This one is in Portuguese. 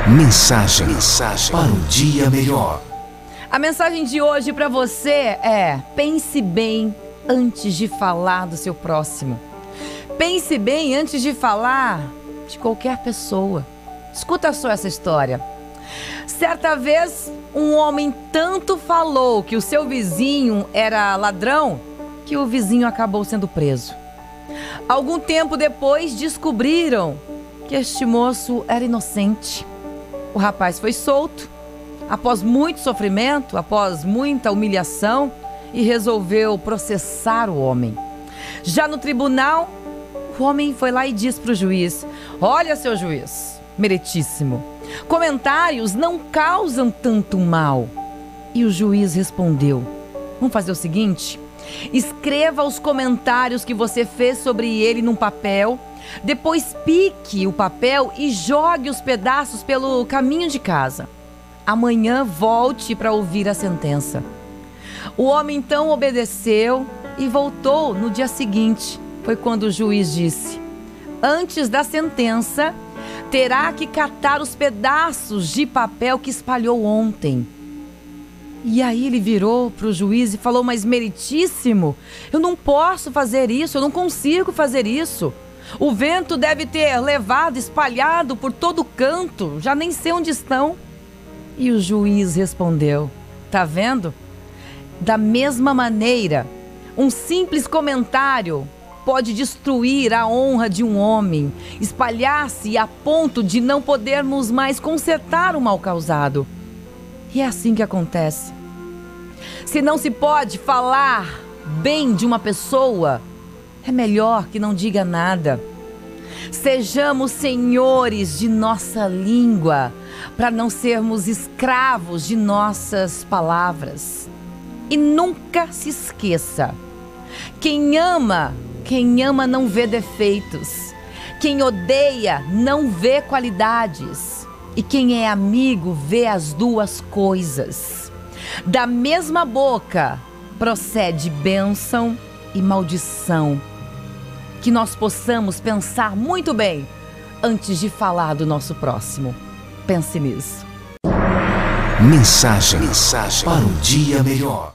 Mensagem para um dia melhor. A mensagem de hoje para você é: pense bem antes de falar do seu próximo. Pense bem antes de falar de qualquer pessoa. Escuta só essa história. Certa vez, um homem tanto falou que o seu vizinho era ladrão que o vizinho acabou sendo preso. Algum tempo depois, descobriram que este moço era inocente. O rapaz foi solto, após muito sofrimento, após muita humilhação, e resolveu processar o homem. Já no tribunal, o homem foi lá e disse para o juiz: olha, seu juiz, meritíssimo, comentários não causam tanto mal. E o juiz respondeu: vamos fazer o seguinte, escreva os comentários que você fez sobre ele num papel, depois pique o papel e jogue os pedaços pelo caminho de casa. Amanhã volte para ouvir a sentença. O homem então obedeceu e voltou no dia seguinte. Foi quando o juiz disse: antes da sentença, terá que catar os pedaços de papel que espalhou ontem. E aí ele virou para o juiz e falou: mas meritíssimo, eu não posso fazer isso, eu não consigo fazer isso. O vento deve ter levado, espalhado por todo canto, já nem sei onde estão. E o juiz respondeu: tá vendo? Da mesma maneira, um simples comentário pode destruir a honra de um homem, espalhar-se a ponto de não podermos mais consertar o mal causado. E é assim que acontece. Se não se pode falar bem de uma pessoa, é melhor que não diga nada. Sejamos senhores de nossa língua, para não sermos escravos de nossas palavras. E nunca se esqueça: quem ama não vê defeitos. Quem odeia não vê qualidades. E quem é amigo vê as duas coisas. Da mesma boca procede bênção e maldição. Que nós possamos pensar muito bem antes de falar do nosso próximo. Pense nisso. Mensagem para um dia melhor.